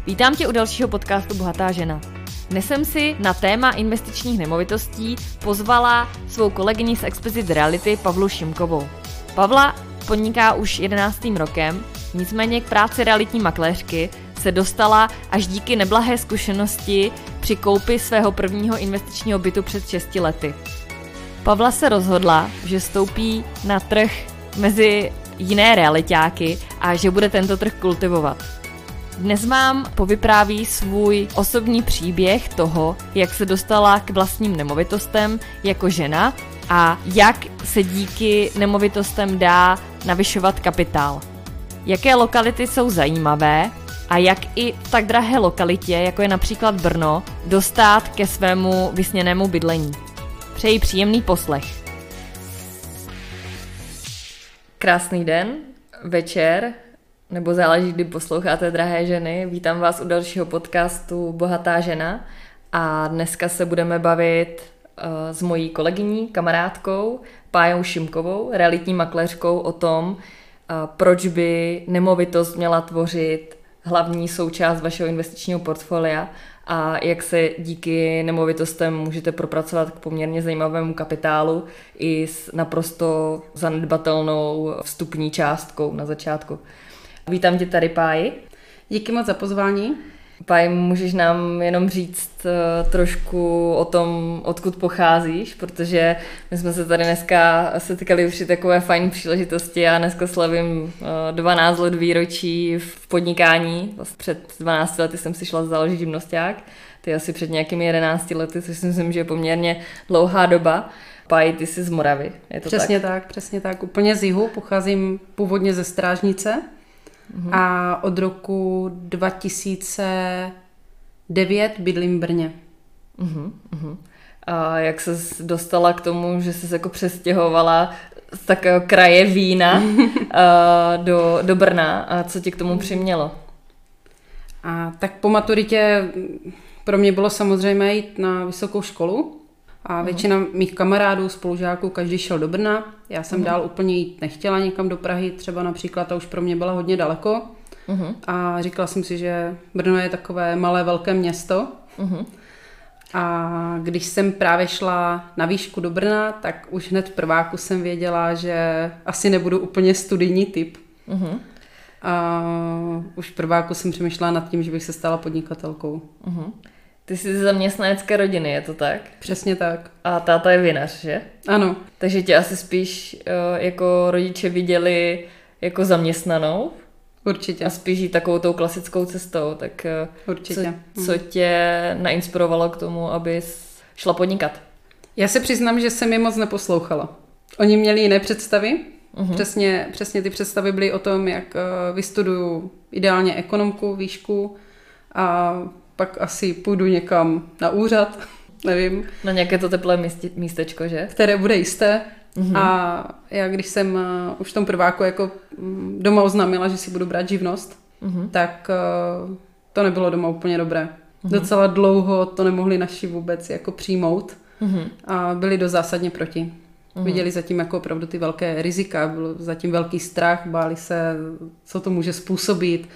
Vítám tě u dalšího podcastu Bohatá žena. Dnes jsem si na téma investičních nemovitostí pozvala svou kolegyni z Explicit Reality Pavlu Šimkovou. Pavla podniká už 11. rokem, nicméně k práci realitní makléřky se dostala až díky neblahé zkušenosti při koupi svého prvního investičního bytu před 6 lety. Pavla se rozhodla, že stoupí na trh mezi jiné realitáky a že bude tento trh kultivovat. Dnes vám povypráví svůj osobní příběh toho, jak se dostala k vlastním nemovitostem jako žena a jak se díky nemovitostem dá navyšovat kapitál. Jaké lokality jsou zajímavé a jak i v tak drahé lokalitě, jako je například Brno, dostat ke svému vysněnému bydlení. Přeji příjemný poslech. Krásný den, večer, nebo záleží, kdy posloucháte, drahé ženy. Vítám vás u dalšího podcastu Bohatá žena a dneska se budeme bavit s mojí kolegyní, kamarádkou Pájou Šimkovou, realitní makléřkou, o tom, proč by nemovitost měla tvořit hlavní součást vašeho investičního portfolia a jak se díky nemovitostem můžete propracovat k poměrně zajímavému kapitálu i s naprosto zanedbatelnou vstupní částkou na začátku. Vítám tě tady, Páji. Díky moc za pozvání. Páji, můžeš nám jenom říct trošku o tom, odkud pocházíš, protože my jsme se tady dneska setkali při takové fajn příležitosti a dneska slavím 12 let výročí v podnikání. Vlastně před 12 lety jsem si šla založit živnosťák, ty asi před nějakými 11 lety, což si myslím, že je poměrně dlouhá doba. Páji, ty jsi z Moravy, je to přesně tak? Přesně tak, úplně z jihu, pocházím původně ze Strážnice. A od roku 2009 bydlím v Brně. A jak ses dostala k tomu, že jsi jako přestěhovala z takového kraje Vína do Brna a co tě k tomu přimělo? A tak po maturitě pro mě bylo samozřejmě jít na vysokou školu a většina mých kamarádů, spolužáků, každý šel do Brna. Já jsem dál úplně jít nechtěla někam do Prahy, třeba například, ta už pro mě byla hodně daleko. A říkala jsem si, že Brno je takové malé, velké město. A když jsem právě šla na výšku do Brna, tak už hned v prváku jsem věděla, že asi nebudu úplně studijní typ. A už v prváku jsem přemýšlela nad tím, že bych se stala podnikatelkou. Ty jsi ze zaměstnanecké rodiny, je to tak? Přesně tak. A táta je vinař, že? Ano. Takže tě asi spíš jako rodiče viděli jako zaměstnanou? Určitě. A spíš jít takovou tou klasickou cestou. Tak určitě. Co tě nainspirovalo k tomu, abys šla podnikat? Já se přiznám, že jsem je moc neposlouchala. Oni měli jiné představy. Přesně ty představy byly o tom, jak vystuduju ideálně ekonomku, výšku a pak asi půjdu někam na úřad, nevím. Na nějaké to teplé místečko, že? Které bude jisté. A já když jsem už v tom prváku jako doma oznámila, že si budu brát živnost, tak to nebylo doma úplně dobré. Docela dlouho to nemohli naši vůbec jako přijmout a byli dost zásadně proti. Viděli zatím jako opravdu ty velké rizika, byl zatím velký strach, báli se, co to může způsobit.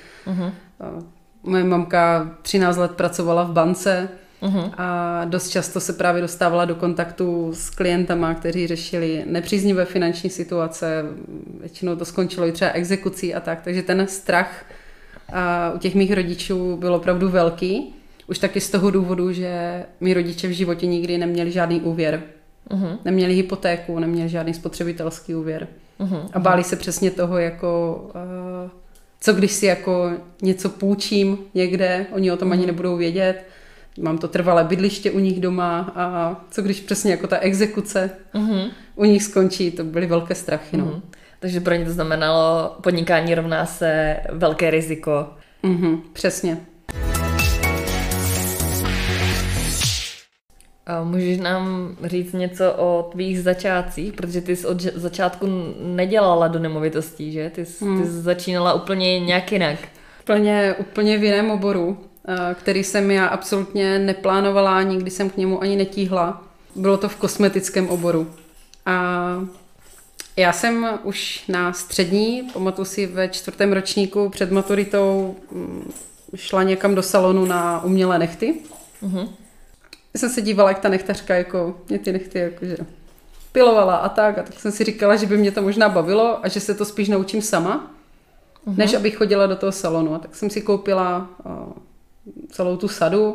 Moje mamka 13 let pracovala v bance a dost často se právě dostávala do kontaktu s klientama, kteří řešili nepříznivé finanční situace. Většinou to skončilo i třeba exekucí a tak. Takže ten strach u těch mých rodičů byl opravdu velký. Už taky z toho důvodu, že mý rodiče v životě nikdy neměli žádný úvěr. Neměli hypotéku, neměli žádný spotřebitelský úvěr. A báli se přesně toho, jako co když si jako něco půjčím někde, oni o tom ani nebudou vědět, mám to trvalé bydliště u nich doma a co když přesně jako ta exekuce u nich skončí, to byly velké strachy. No. Takže pro ně to znamenalo, podnikání rovná se velké riziko. Přesně. A můžeš nám říct něco o tvých začátcích, protože ty jsi od začátku nedělala do nemovitostí, že? Ty jsi začínala úplně nějak jinak. Úplně v jiném oboru, který jsem já absolutně neplánovala, nikdy jsem k němu ani netíhla. Bylo to v kosmetickém oboru. A já jsem už na střední, pamatuju si ve 4. ročníku před maturitou, šla někam do salonu na umělé nehty. Jsem se dívala, jak ta nechtařka jako mě ty nehty jakože pilovala a tak jsem si říkala, že by mě to možná bavilo a že se to spíš naučím sama, než abych chodila do toho salonu. A tak jsem si koupila celou tu sadu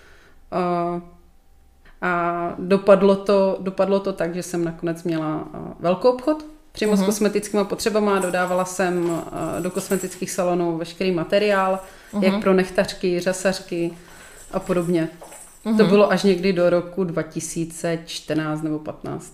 a dopadlo to tak, že jsem nakonec měla velkou obchod přímo s kosmetickými potřebama. Dodávala jsem do kosmetických salonů veškerý materiál, jak pro nechtařky, řasařky a podobně. To bylo až někdy do roku 2014 nebo 15.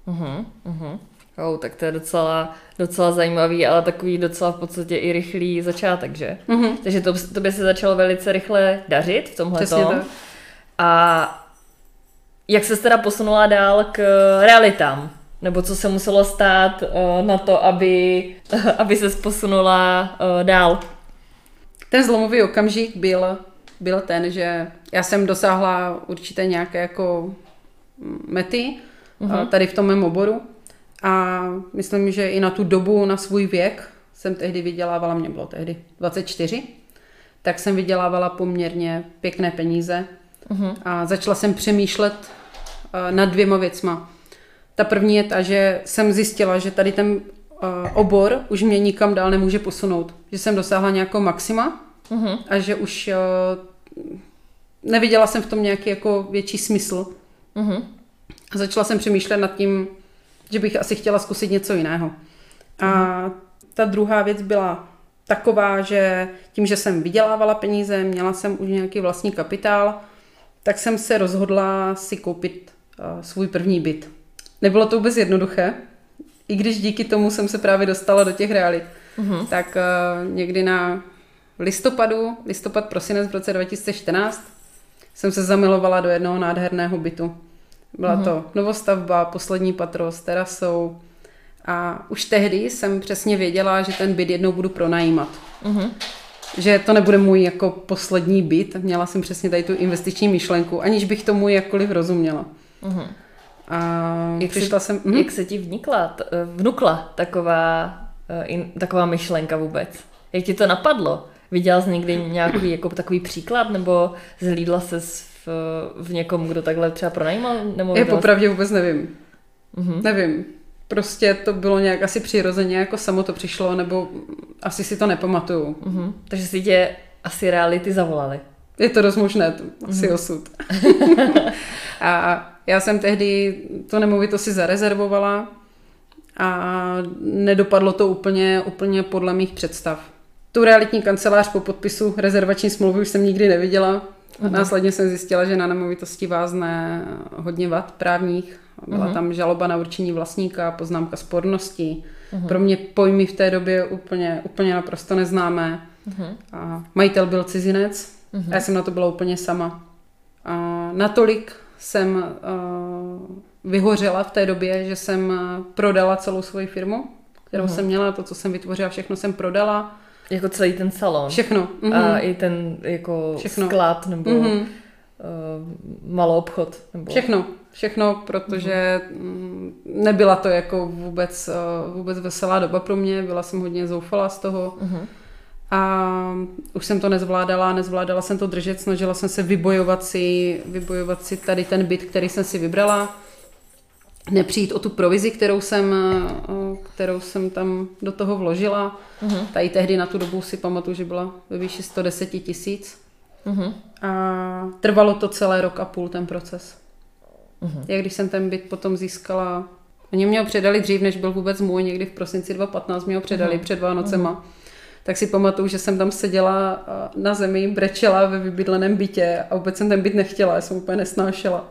Tak to je docela zajímavý, ale takový docela v podstatě i rychlý začátek, že? Takže to by se začalo velice rychle dařit v tomhletom. A jak ses teda posunula dál k realitám? Nebo co se muselo stát na to, aby ses posunula dál? Ten zlomový okamžik byl ten, že já jsem dosáhla určité nějaké jako mety tady v tom mém oboru a myslím, že i na tu dobu, na svůj věk jsem tehdy vydělávala, mě bylo tehdy 24, tak jsem vydělávala poměrně pěkné peníze a začala jsem přemýšlet nad 2 věcma. Ta první je ta, že jsem zjistila, že tady ten obor už mě nikam dál nemůže posunout. Že jsem dosáhla nějakého maxima a že už neviděla jsem v tom nějaký jako větší smysl. A začala jsem přemýšlet nad tím, že bych asi chtěla zkusit něco jiného. A ta druhá věc byla taková, že tím, že jsem vydělávala peníze, měla jsem už nějaký vlastní kapitál, tak jsem se rozhodla si koupit svůj první byt. Nebylo to vůbec jednoduché, i když díky tomu jsem se právě dostala do těch realit. Tak někdy na listopad, prosinec v roce 2014 jsem se zamilovala do jednoho nádherného bytu. Byla to novostavba, poslední patro s terasou a už tehdy jsem přesně věděla, že ten byt jednou budu pronajímat. Že to nebude můj jako poslední byt. Měla jsem přesně tady tu investiční myšlenku, aniž bych tomu jakkoliv rozuměla. A jak se ti vnukla taková myšlenka vůbec? Jak ti to napadlo? Viděla jsi někdy nějaký jako takový příklad, nebo zhlídla ses v někom, kdo takhle třeba pronajímal nemovitost? Já popravdě vůbec nevím. Nevím. Prostě to bylo nějak asi přirozeně, jako samo to přišlo, nebo asi si to nepamatuju. Takže si tě asi reality zavolali. Je to dost možné, to asi osud. A já jsem tehdy tu nemovitost si zarezervovala a nedopadlo to úplně podle mých představ. Tu realitní kancelář po podpisu rezervační smlouvy už jsem nikdy neviděla. Následně jsem zjistila, že na nemovitosti vázne hodně vad právních. Byla tam žaloba na určení vlastníka, poznámka spornosti. Pro mě pojmy v té době úplně naprosto neznámé. A majitel byl cizinec a já jsem na to byla úplně sama. A natolik jsem vyhořela v té době, že jsem prodala celou svoji firmu, kterou jsem měla, to, co jsem vytvořila, všechno jsem prodala. Jako celý ten salon. Všechno. A i ten jako sklad nebo malou obchod. Nebo... Všechno, protože nebyla to jako vůbec veselá doba pro mě, byla jsem hodně zoufalá z toho. A už jsem to nezvládala jsem to držet, snažila jsem se vybojovat si tady ten byt, který jsem si vybrala, nepřijít o tu provizi, kterou jsem tam do toho vložila. Tady tehdy na tu dobu si pamatuju, že byla ve výši 110 000. A trvalo to celé 1,5 roku ten proces. Jak když jsem ten byt potom získala, oni mě ho předali dřív, než byl vůbec můj, někdy v prosinci 2015 mě ho předali před Vánocema. Tak si pamatuju, že jsem tam seděla na zemi, brečela ve vybydleném bytě a vůbec jsem ten byt nechtěla, já jsem úplně nesnášela.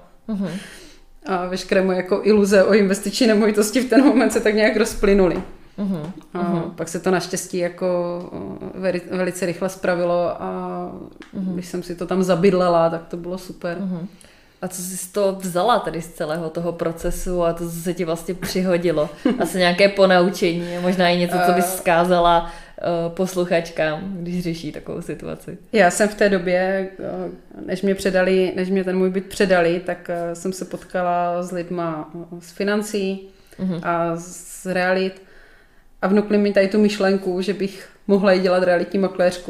A veškeré moje jako iluze o investiční nemovitosti v ten moment se tak nějak rozplynuly. A pak se to naštěstí jako velice rychle spravilo a když jsem si to tam zabydlela, tak to bylo super. A co jsi z toho vzala tady z celého toho procesu a to, co se ti vlastně přihodilo? Asi nějaké ponaučení, možná i něco, co bys vzkázala posluchačkám, když řeší takovou situaci. Já jsem v té době, než mě ten můj byt předali, tak jsem se potkala s lidma z financí a z realit a vnukli mi tady tu myšlenku, že bych mohla jít dělat realitní makléřku.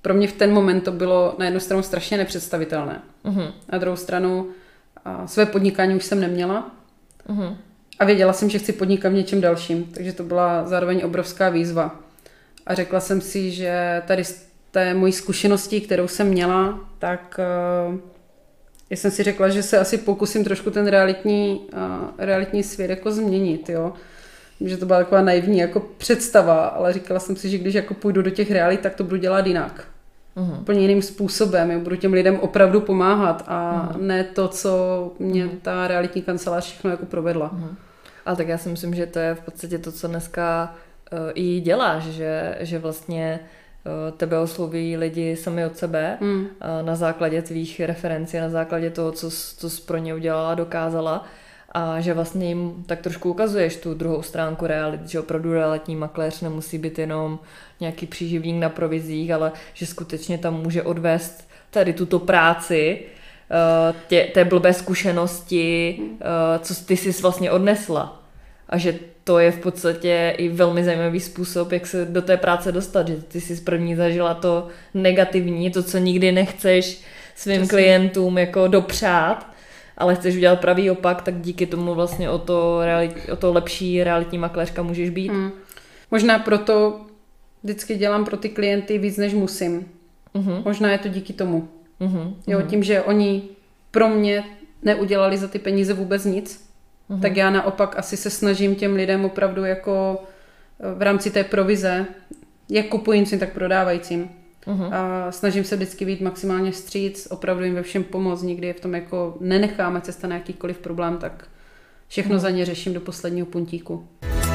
pro mě v ten moment to bylo na jednu stranu strašně nepředstavitelné. Na druhou stranu své podnikání už jsem neměla a věděla jsem, že chci podnikat v něčem dalším, takže to byla zároveň obrovská výzva. A řekla jsem si, že tady z té mojí zkušenosti, kterou jsem měla, tak já jsem si řekla, že se asi pokusím trošku ten realitní svět jako změnit, jo. Že to byla taková naivní jako představa, ale říkala jsem si, že když jako půjdu do těch realit, tak to budu dělat jinak. Úplně jiným způsobem, jo. Budu těm lidem opravdu pomáhat a ne to, co mě ta realitní kancelář všechno jako provedla. Ale tak já si myslím, že to je v podstatě to, co dneska i děláš, že vlastně tebe osloví lidi sami od sebe na základě tvých referencí, na základě toho, co jsi pro ně udělala, dokázala a že vlastně jim tak trošku ukazuješ tu druhou stránku reality, že opravdu realitní makléř nemusí být jenom nějaký příživník na provizích, ale že skutečně tam může odvést tady tuto práci, té blbé zkušenosti, co ty jsi vlastně odnesla. A že to je v podstatě i velmi zajímavý způsob, jak se do té práce dostat, že ty jsi první zažila to negativní, to, co nikdy nechceš svým klientům jako dopřát, ale chceš udělat pravý opak, tak díky tomu vlastně o to lepší realitní makléřka můžeš být. Možná proto vždycky dělám pro ty klienty víc, než musím. Možná je to díky tomu. Jo, tím, že oni pro mě neudělali za ty peníze vůbec nic, tak já naopak asi se snažím těm lidem opravdu jako v rámci té provize, jak kupujícím, tak prodávajícím. A snažím se vždycky být maximálně vstříc, opravdu jim ve všem pomoct, nikdy je v tom jako nenecháme, ať se stane jakýkoliv problém, tak všechno za ně řeším do posledního puntíku.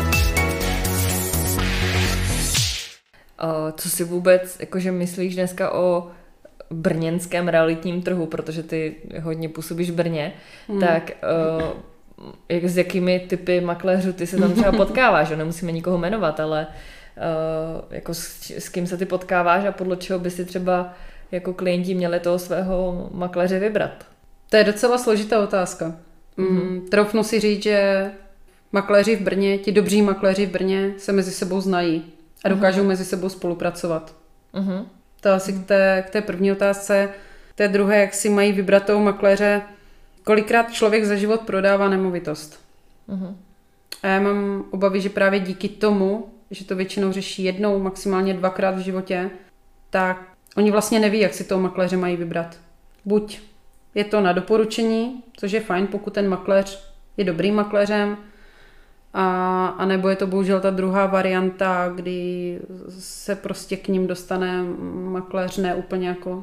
Co si vůbec jakože myslíš dneska o brněnském realitním trhu, protože ty hodně působíš v Brně, tak s jakými typy makléřů ty se tam třeba potkáváš, že? Nemusíme nikoho jmenovat, ale jako s kým se ty potkáváš a podle čeho by si třeba jako klienti měli toho svého makléře vybrat? To je docela složitá otázka. Troufnu si říct, že makléři v Brně, ti dobří makléři v Brně se mezi sebou znají a dokážou mezi sebou spolupracovat. To asi k té první otázce. K té druhé, jak si mají vybrat toho makléře, kolikrát člověk za život prodává nemovitost. A já mám obavy, že právě díky tomu, že to většinou řeší jednou, maximálně dvakrát v životě, tak oni vlastně neví, jak si toho makléře mají vybrat. Buď je to na doporučení, což je fajn, pokud ten makléř je dobrým makléřem, a nebo je to bohužel ta druhá varianta, kdy se prostě k ním dostane makléř ne úplně jako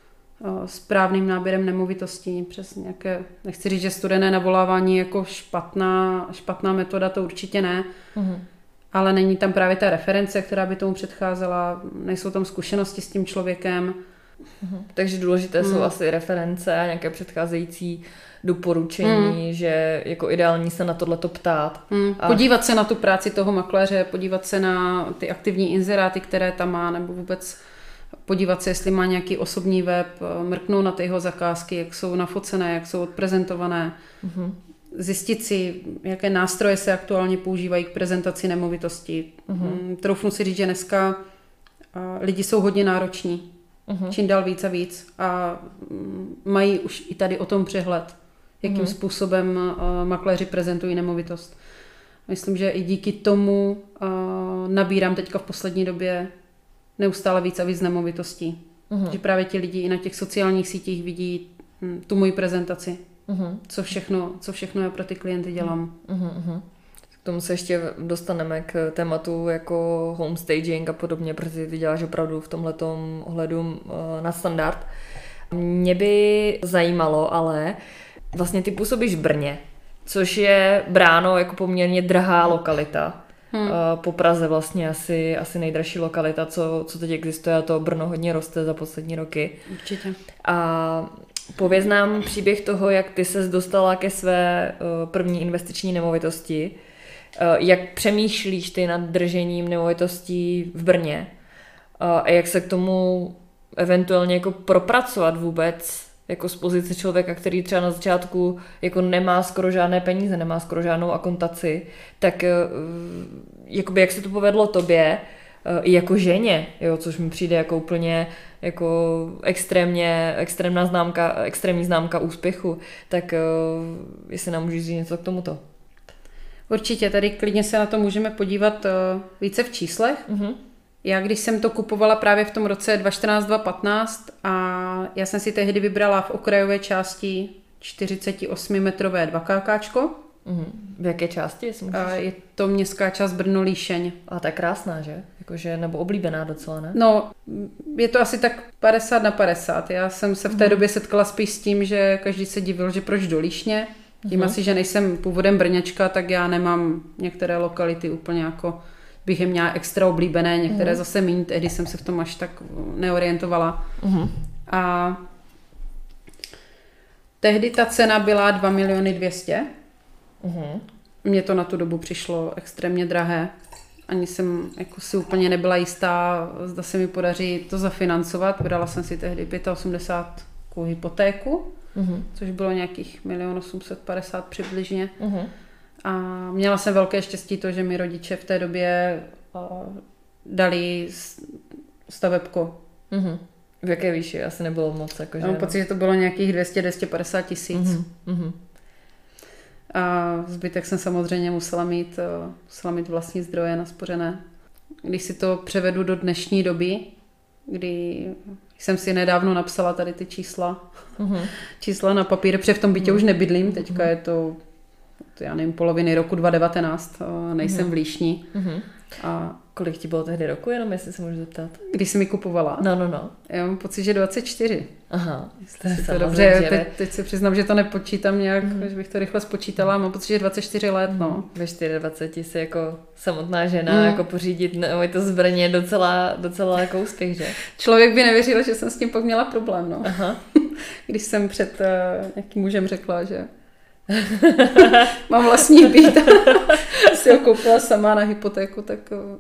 správným náběrem nemovitostí přes nějaké, nechci říct, že studené navolávání jako špatná metoda, to určitě ne, ale není tam právě ta reference, která by tomu předcházela, nejsou tam zkušenosti s tím člověkem. Takže důležité jsou asi reference a nějaké předcházející doporučení, že jako ideální se na tohleto ptát. Podívat se na tu práci toho makléře, podívat se na ty aktivní inzeráty, které tam má, nebo vůbec podívat se, jestli má nějaký osobní web, mrknout na ty jeho zakázky, jak jsou nafocené, jak jsou odprezentované. Zjistit si, jaké nástroje se aktuálně používají k prezentaci nemovitosti. Troufnu si říct, že dneska lidi jsou hodně nároční. Čím dál víc a víc a mají už i tady o tom přehled, jakým způsobem makléři prezentují nemovitost. Myslím, že i díky tomu nabírám teďka v poslední době neustále víc a víc nemovitostí. Že právě ti lidi i na těch sociálních sítích vidí tu moji prezentaci, co všechno já pro ty klienty dělám. K tomu se ještě dostaneme k tématu jako homestaging a podobně, protože ty děláš opravdu v tomhletom ohledu na standard. Mě by zajímalo, ale vlastně ty působíš v Brně, což je bráno jako poměrně drahá lokalita. Po Praze vlastně asi nejdražší lokalita, co teď existuje, a to Brno hodně roste za poslední roky. Určitě. A pověz nám příběh toho, jak ty ses dostala ke své první investiční nemovitosti. Jak přemýšlíš ty nad držením nemovitostí v Brně a jak se k tomu eventuálně jako propracovat vůbec jako z pozice člověka, který třeba na začátku jako nemá skoro žádné peníze, nemá skoro žádnou akontaci, tak jakoby jak se to povedlo tobě i jako ženě, jo, což mi přijde jako úplně jako extrémní známka úspěchu, tak jestli nám můžeš říct něco k tomuto. Určitě, tady klidně se na to můžeme podívat více v číslech. Já když jsem to kupovala právě v tom roce 2014-2015 a já jsem si tehdy vybrala v okrajové části 48-metrové 2KKčko. V jaké části? Je to městská část Brno-Líšeň. A ta je krásná, že? Jakože, nebo oblíbená docela, ne? No, je to asi tak 50/50. Já jsem se v té době setkala spíš s tím, že každý se divil, že proč do Líšně. Tím asi, že nejsem původem Brňačka, tak já nemám některé lokality úplně jako bych je měla extra oblíbené, některé zase míň, tehdy jsem se v tom až tak neorientovala. A tehdy ta cena byla 2 200 000. Mně to na tu dobu přišlo extrémně drahé. Ani jsem jako si úplně nebyla jistá, zda se mi podaří to zafinancovat. Vydala jsem si tehdy 85 hypotéku, což bylo nějakých 1 850 000 přibližně. A měla jsem velké štěstí to, že mi rodiče v té době dali stavebko. V jaké výši? Asi nebylo moc. Jakože, mám pocit, že to bylo nějakých 200-250 tisíc. A zbytek jsem samozřejmě musela mít vlastní zdroje naspořené. Když si to převedu do dnešní doby, kdy jsem si nedávno napsala tady ty čísla na papír, protože v tom bytě už nebydlím, teďka je to já nevím, poloviny roku 2019, nejsem v Líšni. A kolik ti bylo tehdy roku, jenom jestli se můžu zeptat? Když jsi mi kupovala? No. Já mám pocit, že 24. Aha. To dobře, teď se přiznám, že to nepočítám nějak, že bych to rychle spočítala, mám pocit, že 24 let, no. Ve 24 si jako samotná žena, jako pořídit nemovitost v Brně docela jako úspěch, že? Člověk by nevěřil, že jsem s tím pak měla problém, no. Aha. Když jsem před nějakým mužem řekla, že mám vlastní byt, si ho koupila sama na hypotéku, tak...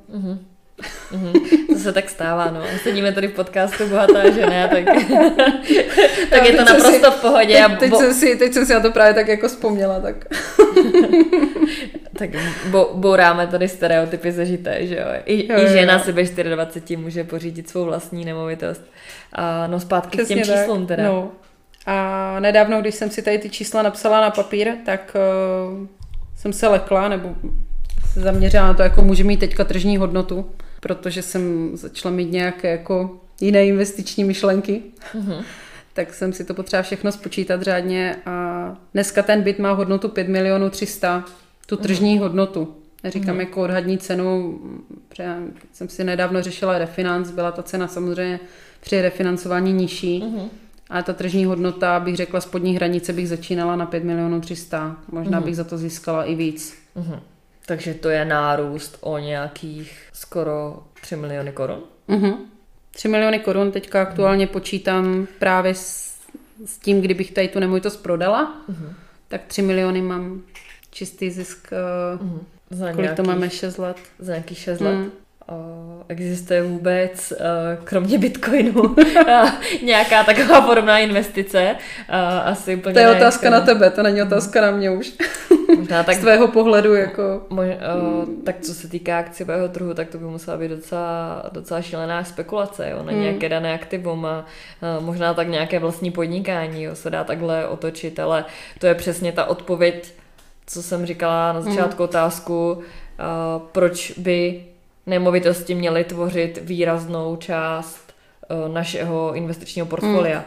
To se tak stává, no. Sedíme tady v podcastu Bohatá žena, tak je to naprosto v pohodě. Teď jsem si na to právě tak jako vzpomněla, tak... Tak bouráme tady stereotypy zažité, že jo. I žena si ve 24 může pořídit svou vlastní nemovitost. A no zpátky přesně k těm číslům teda. No. A nedávno, když jsem si tady ty čísla napsala na papír, tak jsem se lekla, nebo se zaměřila na to, jako může mít teďka tržní hodnotu, protože jsem začala mít nějaké jako jiné investiční myšlenky. Tak jsem si to potřeba všechno spočítat řádně a dneska ten byt má hodnotu 5 300 000, tu tržní hodnotu. Neříkám jako odhadní cenu, protože jsem si nedávno řešila refinanc, byla ta cena samozřejmě při refinancování nižší. Ale ta tržní hodnota, bych řekla, spodní hranice bych začínala na 5 300 000. Možná bych za to získala i víc. Takže to je nárůst o nějakých skoro 3 miliony korun? 3 miliony korun teďka aktuálně počítám právě s tím, kdybych tady tu nemovitost prodala, tak 3 miliony mám čistý zisk. Kolik to máme? 6 let? Za nějakých 6 let? Existuje vůbec, kromě Bitcoinu, nějaká taková podobná investice? Asi úplně to je otázka na tebe, to není otázka na mě už. Možná tak, z tvého pohledu. Jako... Tak co se týká akciového trhu, tak to by musela být docela šílená spekulace, jo, na nějaké dané aktivum a možná tak nějaké vlastní podnikání, jo, se dá takhle otočit, ale to je přesně ta odpověď, co jsem říkala na začátku otázku, proč by nemovitosti měly tvořit výraznou část našeho investičního portfolia.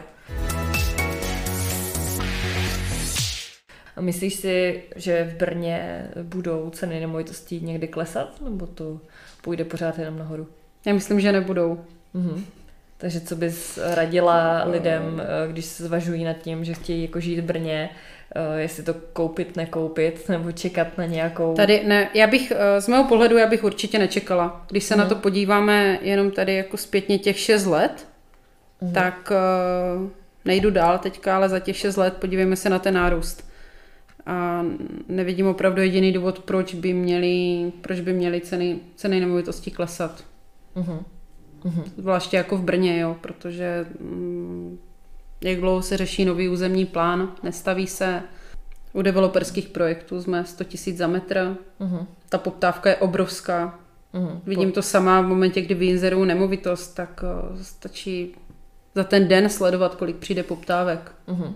A myslíš si, že v Brně budou ceny nemovitostí někdy klesat, nebo to půjde pořád jenom nahoru? Já myslím, že nebudou. Takže co bys radila lidem, když se zvažují nad tím, že chtějí jako žít v Brně, jestli to koupit, nekoupit, nebo čekat na nějakou... Tady ne, z mého pohledu já bych určitě nečekala. Když se na to podíváme jenom tady jako zpětně těch 6 let, tak nejdu dál teďka, ale za těch 6 let podívejme se na ten nárůst. A nevidím opravdu jediný důvod, proč by měly ceny nemovitostí klesat. Zvláště jako v Brně, jo, protože jak dlouho se řeší nový územní plán, nestaví se. U developerských projektů jsme 100 000 za metr. Ta poptávka je obrovská. Vidím to sama v momentě, kdy vyinzeruju nemovitost, tak stačí za ten den sledovat, kolik přijde poptávek.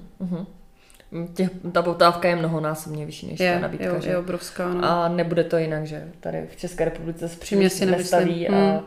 Ta poptávka je mnohonásobně vyšší než ta nabídka. Je obrovská. No. A nebude to jinak, že tady v České republice se příliš nestaví a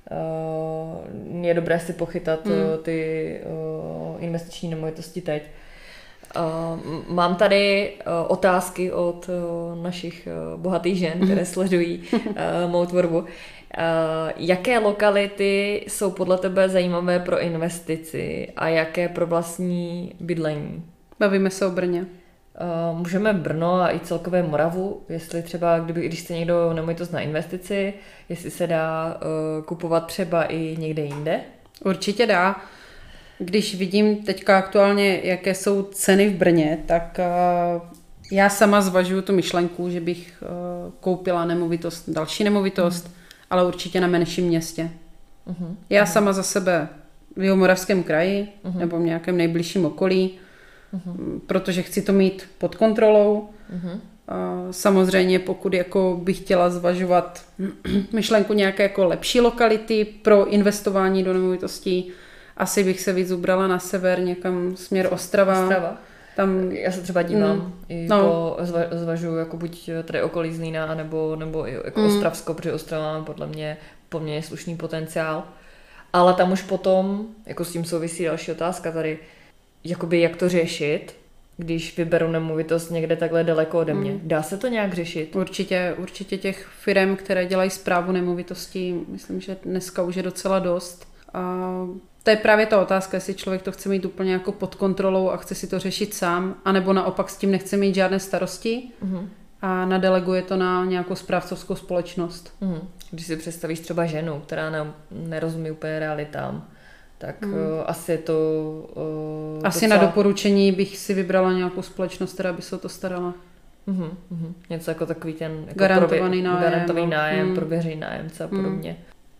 je dobré si pochytat ty investiční nemovitosti teď. Mám tady otázky od našich bohatých žen, které sledují mou tvorbu. Jaké lokality jsou podle tebe zajímavé pro investici a jaké pro vlastní bydlení? Bavíme se o Brně. Můžeme Brno a i celkové Moravu, jestli třeba, když chce někdo nemovitost na investici, jestli se dá kupovat třeba i někde jinde? Určitě dá. Když vidím teďka aktuálně, jaké jsou ceny v Brně, tak já sama zvažuju tu myšlenku, že bych koupila další nemovitost, ale určitě na menším městě. Já sama za sebe v Jihomoravském kraji nebo v nějakém nejbližším okolí, protože chci to mít pod kontrolou. Samozřejmě pokud jako bych chtěla zvažovat myšlenku nějaké jako lepší lokality pro investování do nemovitostí, asi bych se víc ubrala na sever, někam směr Ostrava. Tam já se třeba dívám zvažuji jako buď tady okolí Zlína, nebo jako Ostravsko, protože Ostrava má podle mě poměrně slušný potenciál. Ale tam už potom, jako s tím souvisí další otázka tady, jakoby jak to řešit, když vyberu nemovitost někde takhle daleko ode mě. Dá se to nějak řešit? Určitě těch firem, které dělají správu nemovitostí, myslím, že dneska už je docela dost. A to je právě ta otázka, jestli člověk to chce mít úplně jako pod kontrolou a chce si to řešit sám, anebo naopak s tím nechce mít žádné starosti a nadeleguje to na nějakou správcovskou společnost. Když si představíš třeba ženu, která nerozumí úplně realitám, tak asi to... Asi docela... na doporučení bych si vybrala nějakou společnost, která by se o to starala. Něco jako takový ten jako garantovaný nájem, prověřený nájemce a podobně.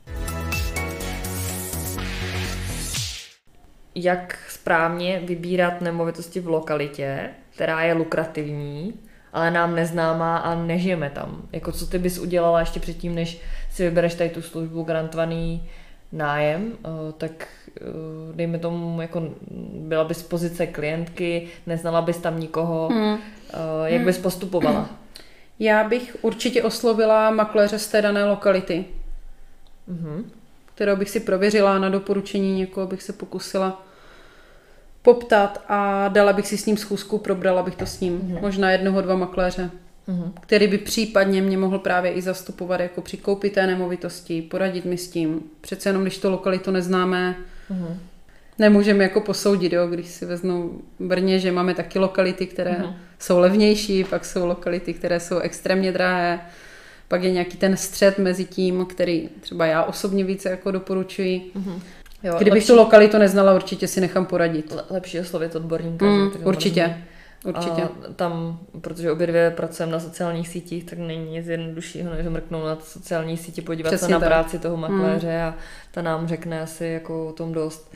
Jak správně vybírat nemovitosti v lokalitě, která je lukrativní, ale nám neznámá a nežijeme tam. Jako co ty bys udělala ještě předtím, než si vybereš tady tu službu garantovaný nájem, tak dejme tomu, jako byla bys z pozice klientky, neznala bys tam nikoho, jak bys postupovala? Já bych určitě oslovila makléře z té dané lokality, kterou bych si prověřila, na doporučení někoho bych se pokusila poptat a dala bych si s ním schůzku, probrala bych to s ním. Možná 1-2 makléře, který by případně mě mohl právě i zastupovat jako při koupi té nemovitosti, poradit mi s tím. Přece jenom, když to lokalitu neznáme, nemůžeme jako posoudit, jo? Když si veznu v Brně, že máme taky lokality, které jsou levnější, pak jsou lokality, které jsou extrémně drahé, pak je nějaký ten střed mezi tím, který třeba já osobně více jako doporučuji. Jo, kdybych tu lokalitu neznala, určitě si nechám poradit. Lepší oslovit odborníka. Určitě. A tam, protože obě dvě pracujeme na sociálních sítích, tak není nic jednoduššího, než mrknout na sociální síti, podívat přesně se na tak. práci toho makléře a ta nám řekne asi jako o tom dost.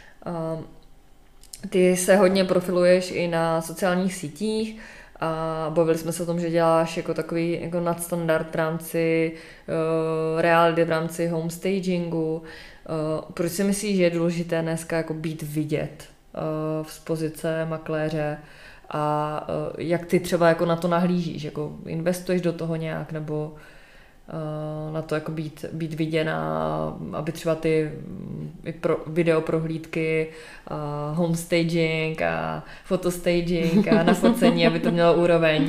Ty se hodně profiluješ i na sociálních sítích a bavili jsme se o tom, že děláš jako takový jako nadstandard v rámci reality, v rámci homestagingu. Proč si myslíš, že je důležité dneska jako být vidět z pozice makléře a jak ty třeba jako na to nahlížíš? Jako investuješ do toho nějak nebo na to jako být viděna, aby třeba ty videoprohlídky, homestaging a fotostaging a nafocení, aby to mělo úroveň?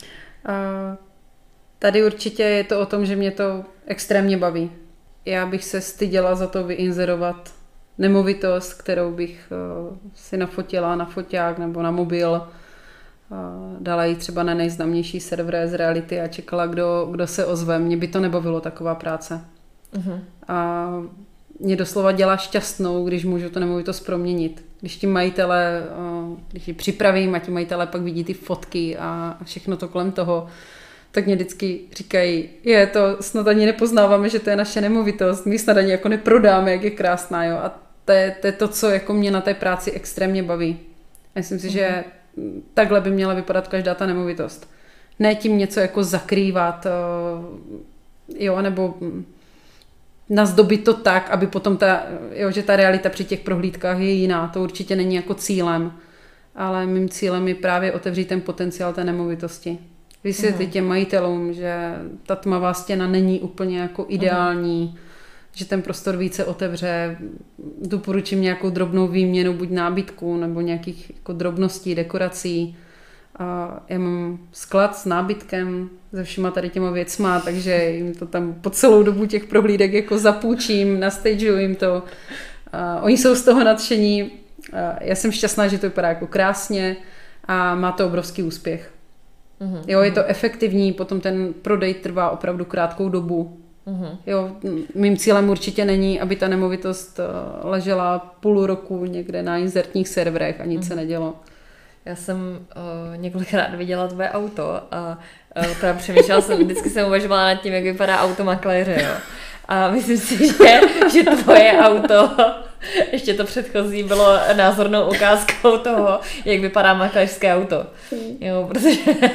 Tady určitě je to o tom, že mě to extrémně baví. Já bych se styděla za to vyinzerovat nemovitost, kterou bych si nafotila na foťák nebo na mobil. Dala ji třeba na nejznámější server z reality a čekala, kdo se ozve. Mě by to nebavilo, taková práce. A mě doslova dělá šťastnou, když můžu tu nemovitost proměnit. Když ti majitele, když ji připravím a ti majitele pak vidí ty fotky a všechno to kolem toho, tak mě vždycky říkají, to snad ani nepoznáváme, že to je naše nemovitost, my snad ani jako neprodáme, jak je krásná, jo. A to je to, co jako mě na té práci extrémně baví. Myslím si, že takhle by měla vypadat každá ta nemovitost. Ne tím něco jako zakrývat, jo, nebo nazdobit to tak, aby potom že ta realita při těch prohlídkách je jiná. To určitě není jako cílem, ale mým cílem je právě otevřít ten potenciál té nemovitosti. Vysvětlit těm majitelům, že ta tmavá stěna není úplně jako ideální, že ten prostor více otevře. Doporučím nějakou drobnou výměnu, buď nábytku, nebo nějakých jako drobností, dekorací. A já mám sklad s nábytkem, se všema tady těma věcma, takže jim to tam po celou dobu těch prohlídek jako zapůjčím, nastageuju jim to. A oni jsou z toho nadšení. A já jsem šťastná, že to vypadá jako krásně a má to obrovský úspěch. Jo, je to efektivní, potom ten prodej trvá opravdu krátkou dobu. Jo, mým cílem určitě není, aby ta nemovitost ležela půl roku někde na inzertních serverech a nic se nedělo. Já jsem několikrát viděla tvoje auto a právě přemýšlela jsem, vždycky jsem uvažovala nad tím, jak vypadá auto makléře, jo. A myslím si, že tvoje auto, ještě to předchozí, bylo názornou ukázkou toho, jak vypadá makléřské auto. Jo, protože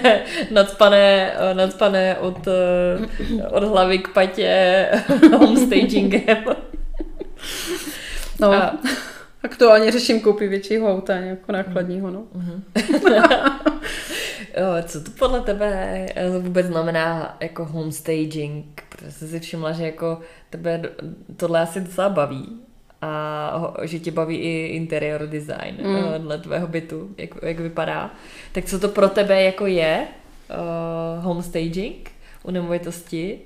nacpané od hlavy k patě homestagingem. No, aktuálně řeším koupit většího auta, jako nákladního, no. Co to podle tebe vůbec znamená jako homestaging? Protože jsi si všimla, že jako tebe tohle asi docela baví a že tě baví i interior design dle tvého bytu, jak vypadá. Tak co to pro tebe jako je homestaging u nemovitosti?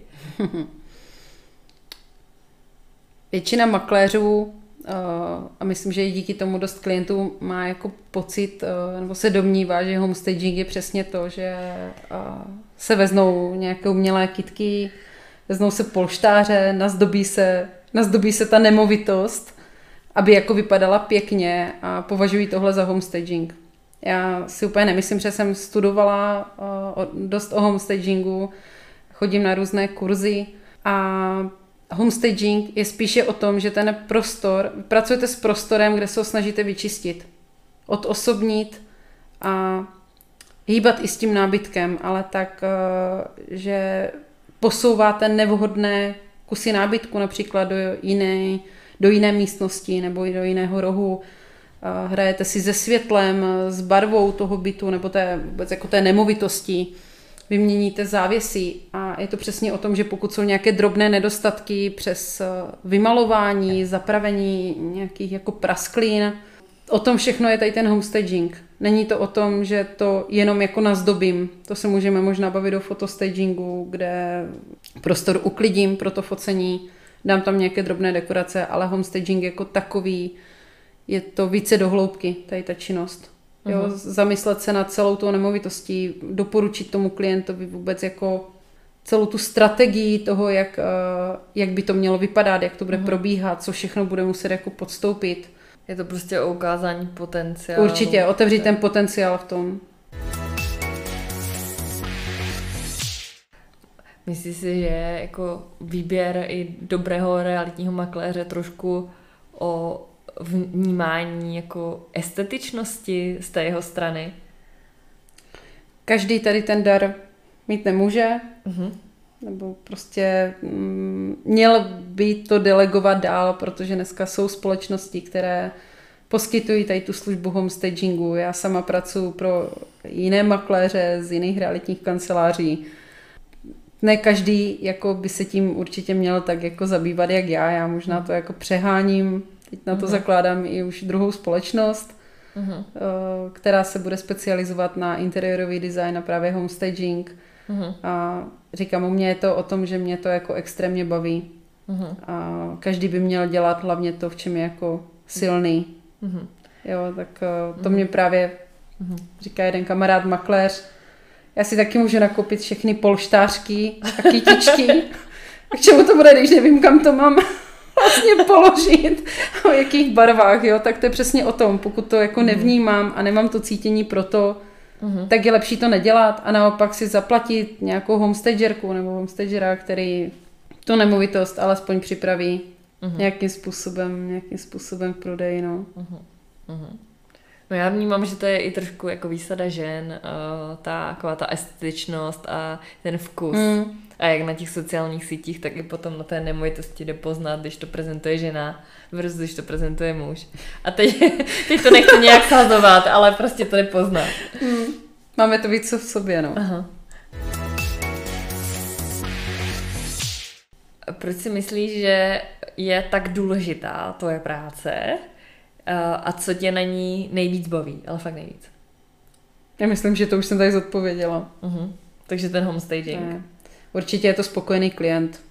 Většina makléřů a myslím, že i díky tomu dost klientů má jako pocit, nebo se domnívá, že homestaging je přesně to, že se veznou nějaké umělé kytky, veznou se polštáře, nazdobí se ta nemovitost, aby jako vypadala pěkně a považují tohle za homestaging. Já si úplně nemyslím, že jsem studovala dost o homestagingu, chodím na různé kurzy a homestaging je spíše o tom, že ten prostor, pracujete s prostorem, kde se ho snažíte vyčistit, odosobnit a hýbat i s tím nábytkem, ale tak, že posouváte nevhodné kusy nábytku například do jiné místnosti nebo i do jiného rohu. Hrajete si se světlem, s barvou toho bytu nebo vůbec jako té nemovitosti. Vyměníte závěsy a je to přesně o tom, že pokud jsou nějaké drobné nedostatky přes vymalování, zapravení nějakých jako prasklin, o tom všechno je tady ten homestaging. Není to o tom, že to jenom jako nazdobím. To se můžeme možná bavit o fotostagingu, kde prostor uklidím pro to focení, dám tam nějaké drobné dekorace, ale homestaging jako takový je to více do hloubky, tady ta činnost. Jo, zamyslet se nad celou tou nemovitostí, doporučit tomu klientovi vůbec jako celou tu strategii toho, jak by to mělo vypadat, jak to bude probíhat, co všechno bude muset jako podstoupit. Je to prostě o ukázání potenciálu. Určitě, otevřít ten potenciál v tom. Myslíš si, že jako výběr i dobrého realitního makléře trošku o vnímání jako estetičnosti z té jeho strany? Každý tady ten dar mít nemůže, nebo prostě měl by to delegovat dál, protože dneska jsou společnosti, které poskytují tady tu službu homestagingu. Já sama pracuji pro jiné makléře z jiných realitních kanceláří. Ne každý jako by se tím určitě měl tak jako zabývat jak já možná to jako přeháním. Teď na to zakládám i už druhou společnost, která se bude specializovat na interiorový design a právě homestaging. A říkám, u mě je to o tom, že mě to jako extrémně baví. A každý by měl dělat hlavně to, v čem je jako silný. Jo, tak to mě právě říká jeden kamarád makléř. Já si taky můžu nakoupit všechny polštářky a kytičky. A k čemu to bude, když nevím, kam to mám vlastně položit, v jakých barvách, jo, tak to je přesně o tom. Pokud to jako nevnímám a nemám to cítění pro to, tak je lepší to nedělat a naopak si zaplatit nějakou homestagerku nebo homestagera, který tu nemovitost alespoň připraví nějakým způsobem k prodeji, no. No já vnímám, že to je i trošku jako výsada žen, ta estetičnost a ten vkus. A jak na těch sociálních sítích, tak i potom na té nemovitosti jde poznat, když to prezentuje žena versus když to prezentuje muž. A teď to nechci nějak sázovat, ale prostě to jde poznat. Máme to víc v sobě, no. Aha. Proč si myslíš, že je tak důležitá tvoje práce a co tě na ní nejvíc baví, ale fakt nejvíc? Já myslím, že to už jsem tady zodpověděla. Takže ten homestaging. Určitě je to spokojený klient.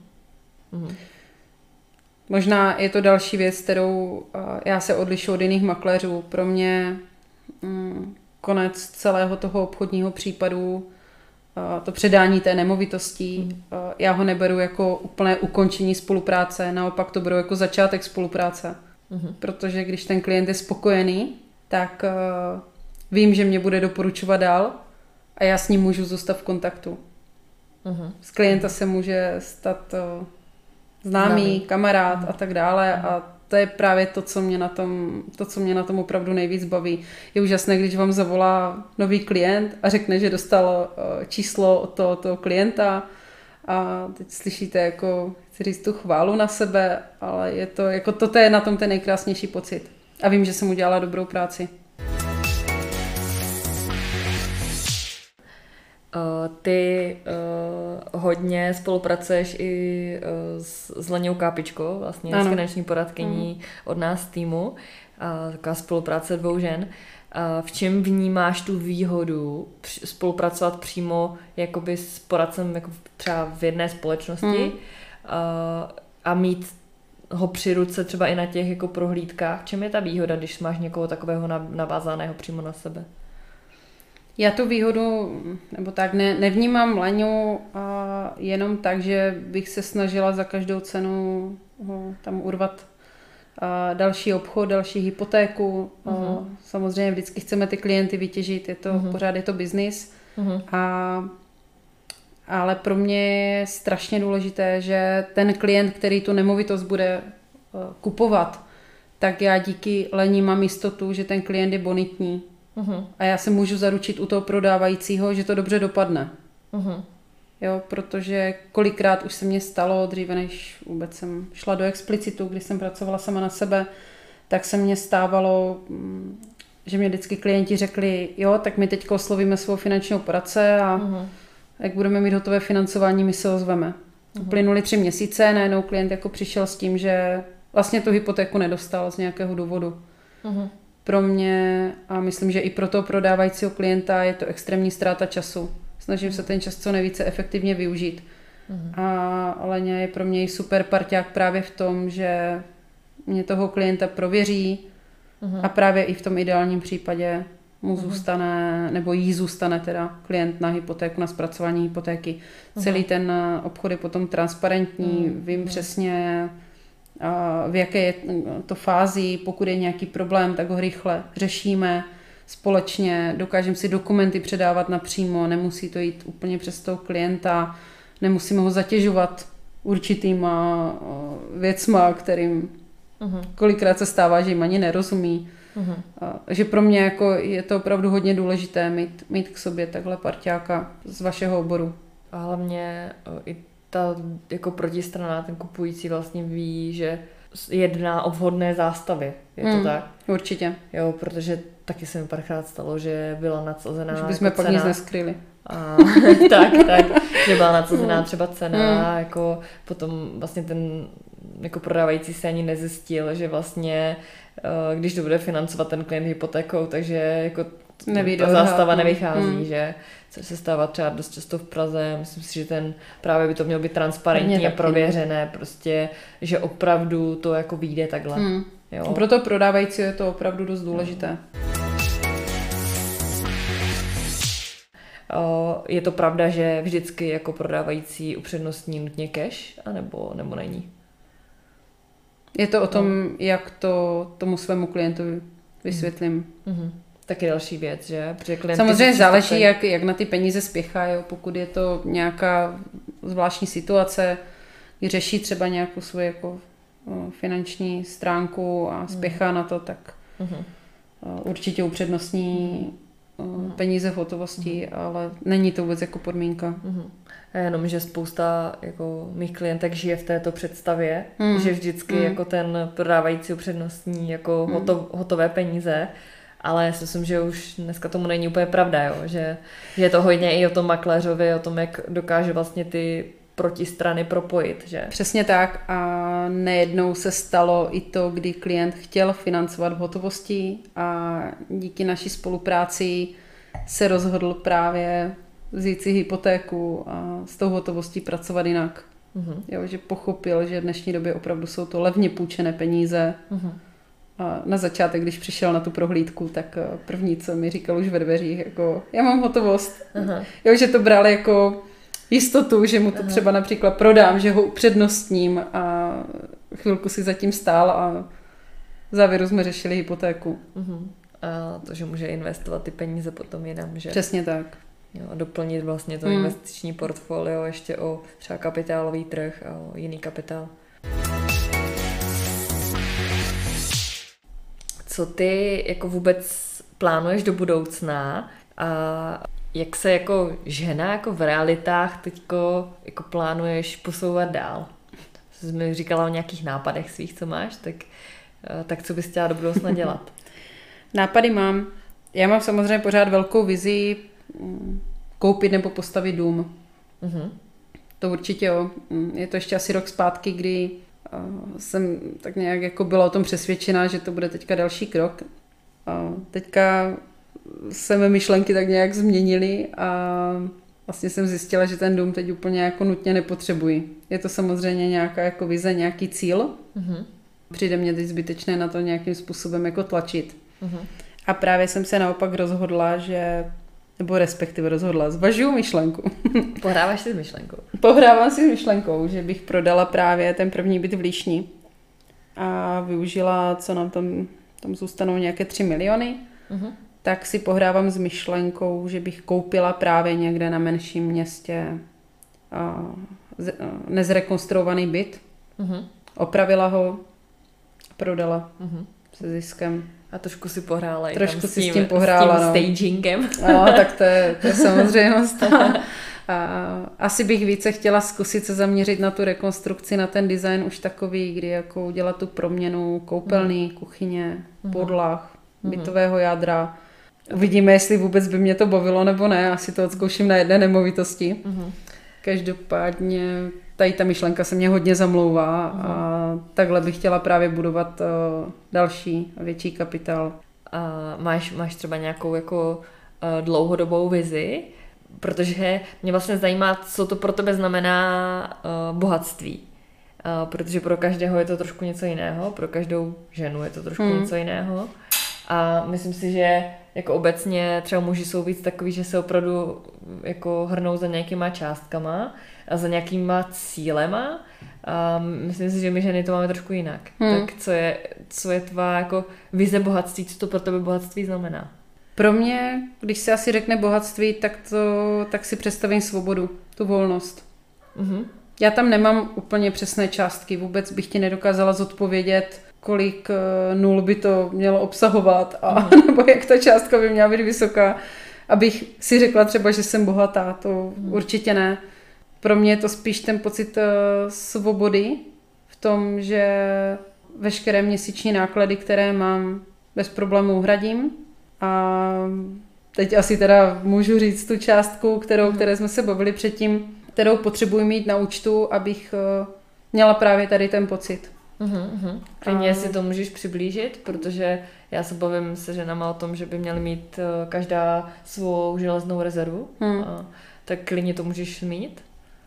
Možná je to další věc, kterou já se odlišuji od jiných makléřů. Pro mě konec celého toho obchodního případu, to předání té nemovitosti, já ho neberu jako úplné ukončení spolupráce, naopak to beru jako začátek spolupráce. Protože když ten klient je spokojený, tak vím, že mě bude doporučovat dál a já s ním můžu zůstat v kontaktu. Z klienta se může stát známý, kamarád a tak dále a to je právě to, co mě na tom opravdu nejvíc baví. Je úžasné, když vám zavolá nový klient a řekne, že dostal číslo od toho klienta a teď slyšíte jako, chci říct, tu chválu na sebe, ale je to, jako toto je na tom ten nejkrásnější pocit. A vím, že jsem udělala dobrou práci. Ty hodně spolupracuješ i s Leňou Kápičkou, vlastně s finanční poradkyní od nás týmu. Taková spolupráce 2 žen. V čem vnímáš tu výhodu spolupracovat přímo jakoby s poradcem jako třeba v jedné společnosti a mít ho při ruce třeba i na těch jako prohlídkách? V čem je ta výhoda, když máš někoho takového navázaného přímo na sebe? Já tu výhodu, nebo tak nevnímám Leňu jenom tak, že bych se snažila za každou cenu tam urvat další obchod, další hypotéku. Samozřejmě vždycky chceme ty klienty vytěžit, pořád je to biznis. Ale pro mě je strašně důležité, že ten klient, který tu nemovitost bude kupovat, tak já díky Leni mám jistotu, že ten klient je bonitní. A já se můžu zaručit u toho prodávajícího, že to dobře dopadne. Jo, protože kolikrát už se mně stalo, dříve než vůbec jsem šla do explicitu, když jsem pracovala sama na sebe, tak se mně stávalo, že mě vždycky klienti řekli, jo, tak my teď oslovíme svou finančního poradce a jak budeme mít hotové financování, my se ozveme. Uplynuly 3 měsíce, najednou klient jako přišel s tím, že vlastně tu hypotéku nedostal z nějakého důvodu. Pro mě a myslím, že i pro toho prodávajícího klienta je to extrémní ztráta času. Snažím se ten čas co nejvíce efektivně využít. A Leňa je pro mě i super parťák právě v tom, že mě toho klienta prověří a právě i v tom ideálním případě mu zůstane, nebo jí zůstane teda klient na hypotéku, na zpracování hypotéky. Celý ten obchod je potom transparentní, vím přesně, v jaké je to fázi, pokud je nějaký problém, tak ho rychle řešíme společně, dokážeme si dokumenty předávat napřímo, nemusí to jít úplně přes toho klienta, nemusíme ho zatěžovat určitýma věcma, kterým kolikrát se stává, že jim ani nerozumí. Takže pro mě jako je to opravdu hodně důležité mít k sobě takhle parťáka z vašeho oboru. A hlavně i ta jako protistrana, ten kupující vlastně ví, že jedná o vhodné zástavě. Je to tak? Určitě. Jo, protože taky se mi párkrát stalo, že byla nadsazená že bychom pak nic neskryli. tak, že byla nadsazená třeba cena, jako potom vlastně ten jako prodávající se ani nezjistil, že vlastně když to bude financovat ten klient hypotékou, takže jako ta zástava nevychází, že což se stává třeba dost často v Praze. Myslím si, že právě by to mělo být transparentní a prověřené, prostě, že opravdu to jako vyjde takhle. Jo. Pro to prodávající je to opravdu dost důležité. Je to pravda, že vždycky jako prodávající upřednostní nutně cash, anebo není? Je to o tom, jak to tomu svému klientovi vysvětlím. Taky další věc, že? Samozřejmě záleží, jak na ty peníze spěchají. Pokud je to nějaká zvláštní situace, kdy řeší třeba nějakou svoji jako finanční stránku a spěchá na to, tak určitě upřednostní peníze v hotovosti, ale není to vůbec jako podmínka. A jenom, že spousta jako mých klientek žije v této představě, že vždycky jako ten prodávající upřednostní jako hotové peníze, ale já si myslím, že už dneska tomu není úplně pravda, jo? Že je to hodně i o tom makléřovi, o tom, jak dokáže vlastně ty protistrany propojit. Že? Přesně tak a nejednou se stalo i to, kdy klient chtěl financovat v hotovosti a díky naší spolupráci se rozhodl právě vzít si hypotéku a s tou hotovostí pracovat jinak. Jo, že pochopil, že v dnešní době opravdu jsou to levně půjčené peníze. A na začátek, když přišel na tu prohlídku, tak první, co mi říkal už ve dveřích, jako já mám hotovost. Jo, že to bral jako jistotu, že mu to třeba například prodám, že ho upřednostním a chvilku si zatím stál a v závěru jsme řešili hypotéku. A to, že může investovat ty peníze potom jinam, že? Přesně tak. Jo, a doplnit vlastně to investiční portfolio ještě o třeba kapitálový trh a o jiný kapitál. Co ty jako vůbec plánuješ do budoucna a jak se jako žena jako v realitách teďko jako plánuješ posouvat dál? Jsi mi říkala o nějakých nápadech svých, co máš, tak co bys chtěla do budoucna dělat? Nápady mám. Já mám samozřejmě pořád velkou vizi koupit nebo postavit dům. To určitě jo. Je to ještě asi rok zpátky, kdy jsem tak nějak jako byla o tom přesvědčená, že to bude teďka další krok. Teďka se mé myšlenky tak nějak změnily a vlastně jsem zjistila, že ten dům teď úplně jako nutně nepotřebuji. Je to samozřejmě nějaká jako vize, nějaký cíl. Přijde mě teď zbytečné na to nějakým způsobem jako tlačit. A právě jsem se naopak rozhodla, nebo respektive rozhodla, zvažuju myšlenku. Pohráváš si s myšlenkou? Pohrávám si s myšlenkou, že bych prodala právě ten první byt v Líšni a využila, co nám tam zůstanou nějaké 3 miliony, tak si pohrávám s myšlenkou, že bych koupila právě někde na menším městě nezrekonstruovaný byt, opravila ho, prodala se ziskem. A trošku si pohrála trošku si s tím pohrála, s tím stagingem. No, tak to je samozřejmost. A asi bych více chtěla zkusit se zaměřit na tu rekonstrukci, na ten design už takový, kdy jako udělat tu proměnu koupelny, kuchyně, podlah, bytového jádra. Uvidíme, jestli vůbec by mě to bavilo nebo ne. Asi to odzkouším na jedné nemovitosti. Každopádně tady ta myšlenka se mě hodně zamlouvá a takhle bych chtěla právě budovat další a větší kapitál. A máš třeba nějakou jako dlouhodobou vizi? Protože mě vlastně zajímá, co to pro tebe znamená bohatství. Protože pro každého je to trošku něco jiného, pro každou ženu je to trošku něco jiného. A myslím si, že jako obecně třeba muži jsou víc takový, že se opravdu jako hrnou za nějakýma částkama a za nějakýma cílema. A myslím si, že my ženy to máme trošku jinak. Tak co je tvá jako vize bohatství, co to pro tebe bohatství znamená? Pro mě, když se asi řekne bohatství, tak si představím svobodu, tu volnost. Já tam nemám úplně přesné částky, vůbec bych ti nedokázala zodpovědět, kolik nul by to mělo obsahovat a nebo jak ta částka by měla být vysoká, abych si řekla třeba, že jsem bohatá, to určitě ne. Pro mě je to spíš ten pocit svobody v tom, že veškeré měsíční náklady, které mám, bez problémů uhradím. A teď asi teda můžu říct tu částku, které jsme se bavili předtím, kterou potřebuji mít na účtu, abych měla právě tady ten pocit. Klidně si to můžeš přiblížit, protože já se bavím se ženama o tom, že by měli mít každá svou železnou rezervu. Tak klidně to můžeš zmínit.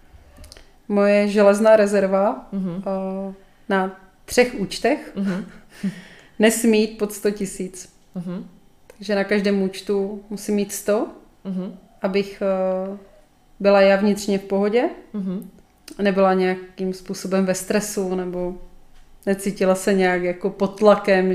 Moje železná rezerva na 3 účtech nesmí jít pod 100 000. Takže na každém účtu musím mít 100, abych byla já vnitřně v pohodě, nebyla nějakým způsobem ve stresu, nebo necítila se nějak jako pod tlakem,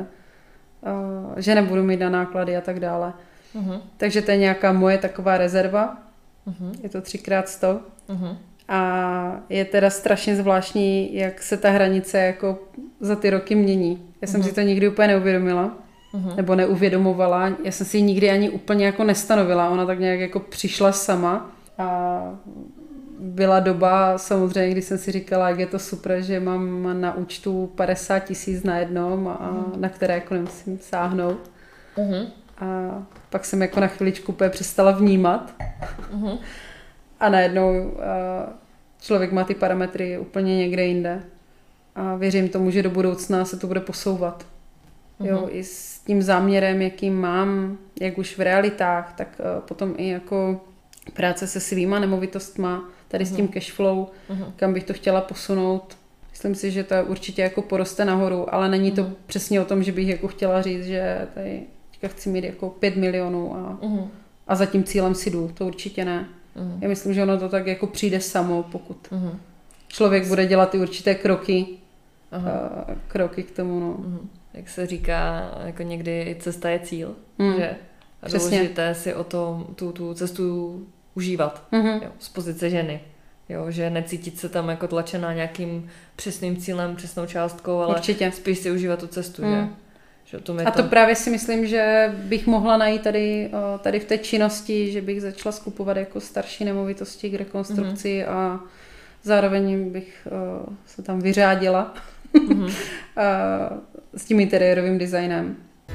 že nebudu mít na náklady a tak dále. Takže to je nějaká moje taková rezerva. Je to 3x100. A je teda strašně zvláštní, jak se ta hranice jako za ty roky mění. Já jsem si to nikdy úplně neuvědomila. nebo neuvědomovala. Já jsem si ji nikdy ani úplně jako nestanovila, ona tak nějak jako přišla sama a byla doba samozřejmě, kdy jsem si říkala, jak je to super, že mám na účtu 50 000 na jednom a na které jako nemusím sáhnout. A pak jsem jako na chviličku přestala vnímat a najednou člověk má ty parametry úplně někde jinde a věřím tomu, že do budoucna se to bude posouvat. Jo, i s tím záměrem, jaký mám, jak už v realitách, tak potom i jako práce se svýma nemovitostma, tady s tím cashflow, kam bych to chtěla posunout. Myslím si, že to určitě jako poroste nahoru, ale není to přesně o tom, že bych jako chtěla říct, že tady chci mít jako 5 milionů a za tím cílem si jdu. To určitě ne. Já myslím, že ono to tak jako přijde samo, pokud člověk bude dělat ty určité kroky k tomu. No. Jak se říká, jako někdy cesta je cíl, že je důležité si o tom tu cestu užívat, jo, z pozice ženy. Jo, že necítit se tam jako tlačená nějakým přesným cílem, přesnou částkou, ale určitě spíš si užívat tu cestu. Že a to právě si myslím, že bych mohla najít tady v té činnosti, že bych začala skupovat jako starší nemovitosti k rekonstrukci a zároveň bych se tam vyřádila s tím interiérovým designem.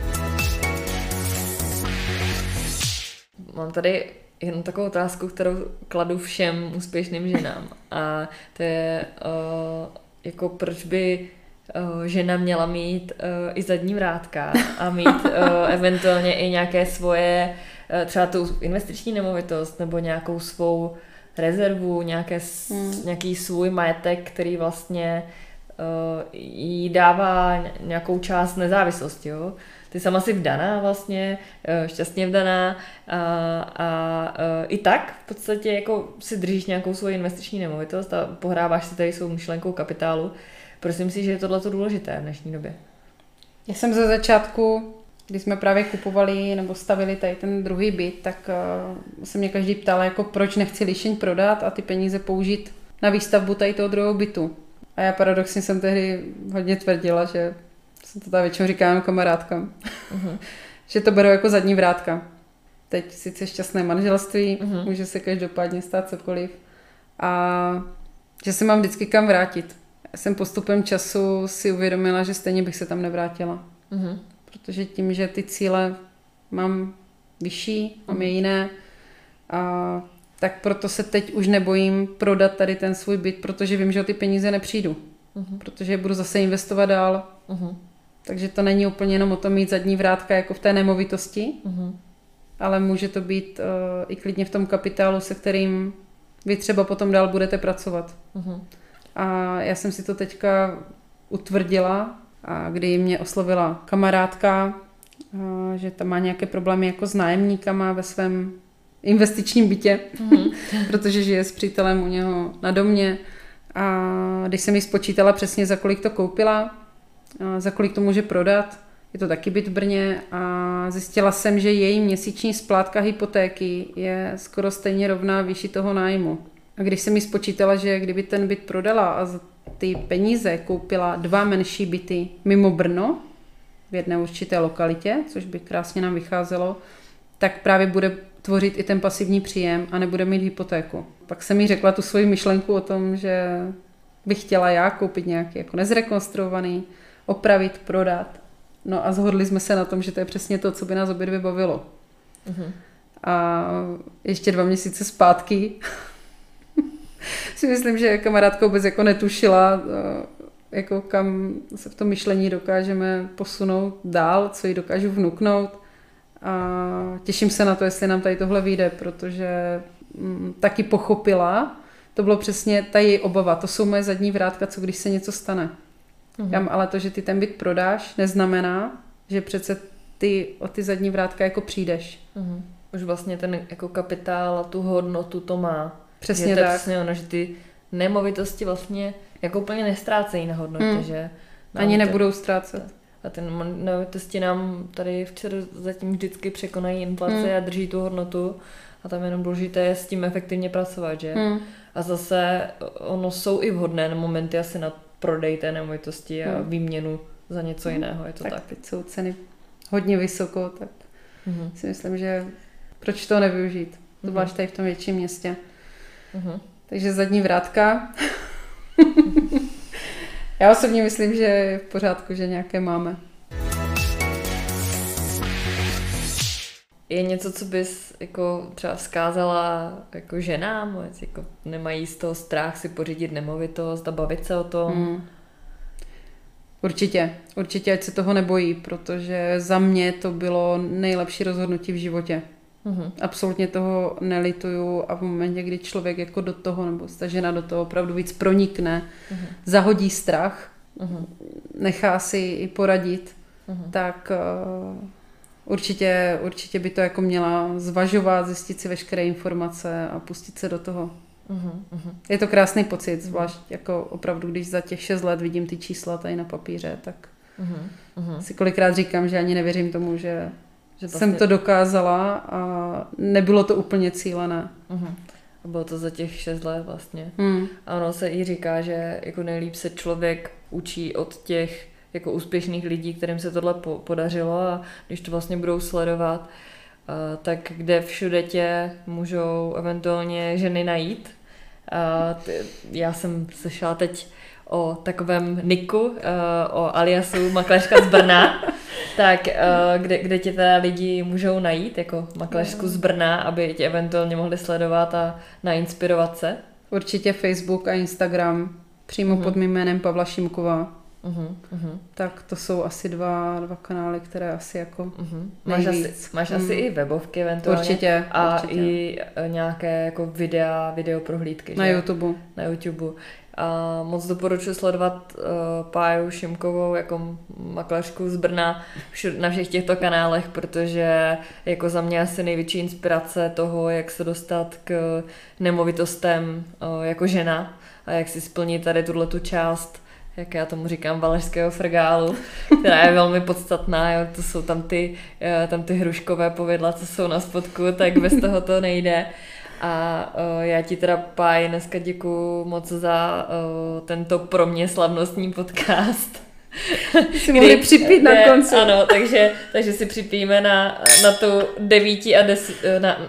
Mám tady jenom takovou otázku, kterou kladu všem úspěšným ženám. A to je, jako proč by žena měla mít i zadní vrátka a mít eventuálně i nějaké svoje, třeba tu investiční nemovitost nebo nějakou svou rezervu, nějaký svůj majetek, který vlastně jí dává nějakou část nezávislosti. Jo? Ty sama jsi vdaná vlastně, šťastně vdaná a i tak v podstatě jako si držíš nějakou svoji investiční nemovitost a pohráváš si tady svou myšlenkou kapitálu. Prosím si, že je tohleto důležité v dnešní době. Já jsem ze začátku, když jsme právě kupovali nebo stavili tady ten druhý byt, tak se mě každý ptal, jako proč nechci Líšeň prodat a ty peníze použít na výstavbu tady toho druhého bytu. A já paradoxně jsem tehdy hodně tvrdila, že jsem to tady většinou říkám kamarádkám, že to beru jako zadní vrátka. Teď sice šťastné manželství, může se každopádně stát cokoliv a že se mám vždycky kam vrátit. Já jsem postupem času si uvědomila, že stejně bych se tam nevrátila. Protože tím, že ty cíle mám vyšší, mám je jiné, tak proto se teď už nebojím prodat tady ten svůj byt, protože vím, že o ty peníze nepřijdu. Protože budu zase investovat dál. Takže to není úplně jenom o tom mít zadní vrátka jako v té nemovitosti, ale může to být i klidně v tom kapitálu, se kterým vy třeba potom dál budete pracovat. A já jsem si to teďka utvrdila, a kdy mě oslovila kamarádka, že tam má nějaké problémy jako s nájemníkama ve svém investičním bytě, protože žije s přítelem u něho na domě. A když jsem jí spočítala přesně, za kolik to koupila, za kolik to může prodat, je to taky byt v Brně, a zjistila jsem, že její měsíční splátka hypotéky je skoro stejně rovná výši toho nájmu. A když jsem jí spočítala, že kdyby ten byt prodala a za ty peníze koupila 2 menší byty mimo Brno, v jedné určité lokalitě, což by krásně nám vycházelo, tak právě bude tvořit i ten pasivní příjem a nebude mít hypotéku. Pak jsem jí řekla tu svoji myšlenku o tom, že bych chtěla já koupit nějaký jako nezrekonstruovaný, opravit, prodat. No a shodli jsme se na tom, že to je přesně to, co by nás obě dvě bavilo. A ještě 2 měsíce zpátky si myslím, že kamarádka vůbec jako netušila, jako kam se v tom myšlení dokážeme posunout dál, co jí dokážu vnuknout. A těším se na to, jestli nám tady tohle vyjde, protože taky pochopila, to bylo přesně ta její obava, to jsou moje zadní vrátka, co když se něco stane. Ale to, že ty ten byt prodáš, neznamená, že přece ty o ty zadní vrátka jako přijdeš. Už vlastně ten jako kapitál a tu hodnotu to má. Přesně tak. Přesně ono, že ty nemovitosti vlastně jako úplně nestrácejí na hodnotě, že? Ani nebudou ztrácet. A ty nemovitosti nám tady včera zatím vždycky překonají inflaci a drží tu hodnotu a tam jenom důležité je s tím efektivně pracovat, že? A zase ono jsou i vhodné momenty asi na prodej té nemovitosti a výměnu za něco jiného, je to tak. Teď jsou ceny hodně vysoko, tak si myslím, že proč to nevyužít. To zvlášť tady v tom větším městě. Takže zadní vrátka. Já osobně myslím, že je v pořádku, že nějaké máme. Je něco, co bys jako třeba vzkázala jako ženám, jako nemají z toho strach si pořídit nemovitost a bavit se o tom? Určitě, ať se toho nebojí, protože za mě to bylo nejlepší rozhodnutí v životě. Absolutně toho nelituju a v momentě, kdy člověk jako do toho, nebo ta žena do toho opravdu víc pronikne, zahodí strach, nechá si i poradit, tak určitě by to jako měla zvažovat, zjistit si veškeré informace a pustit se do toho. Je to krásný pocit, zvlášť jako opravdu, když za těch 6 let vidím ty čísla tady na papíře, tak si kolikrát říkám, že ani nevěřím tomu, že vlastně jsem to dokázala a nebylo to úplně cílené. A bylo to za těch 6 let vlastně. A ono se i říká, že jako nejlíp se člověk učí od těch jako úspěšných lidí, kterým se tohle podařilo, a když to vlastně budou sledovat, tak kde všude tě můžou eventuálně ženy najít. Já jsem slyšela teď o takovém niku, o aliasu makléřka z Brna, tak kde tě teda lidi můžou najít jako makléřku z Brna, aby tě eventuálně mohli sledovat a nainspirovat se? Určitě Facebook a Instagram, přímo pod mým jménem Pavla Šimková. Tak to jsou asi dva kanály, které asi jako nejvíc. Máš asi i webovky eventuálně. Určitě. I nějaké jako video prohlídky. Na YouTube. Na YouTube. A moc doporučuji sledovat Páju Šimkovou jako makléřku z Brna na všech těchto kanálech, protože jako za mě asi největší inspirace toho, jak se dostat k nemovitostem jako žena a jak si splnit tady tuhletu část, jak já tomu říkám, valašského frgálu, která je velmi podstatná. Jo. To jsou tam ty hruškové povidla, co jsou na spodku, tak bez toho to nejde. A já ti teda, Páji, dneska děkuju moc za tento pro mě slavnostní podcast. Si mohli připít na konci. Ano, takže si připijeme na tu 9 a 10,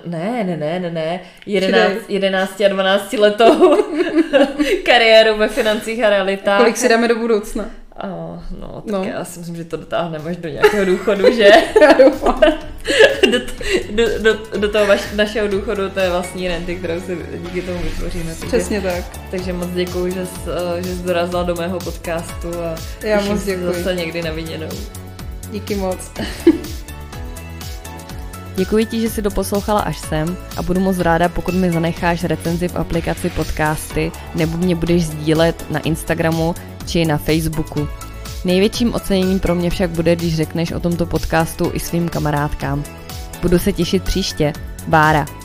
ne, 11 a 12 letou kariéru ve financích a realitách. Kolik si dáme do budoucna? Já si myslím, že to dotáhneme až do nějakého důchodu, že? Já doufám. do toho našeho důchodu, to je vlastní renty, kterou si díky tomu vytvoříme. Přesně tak. Takže moc děkuju, že jsi dorazila do mého podcastu a já moc děkuji. Zase někdy na viděnou. Díky moc. Děkuji ti, že jsi doposlouchala až sem a budu moc ráda, pokud mi zanecháš recenzi v aplikaci Podcasty nebo mě budeš sdílet na Instagramu či na Facebooku. Největším oceněním pro mě však bude, když řekneš o tomto podcastu i svým kamarádkám. Budu se těšit příště. Bára.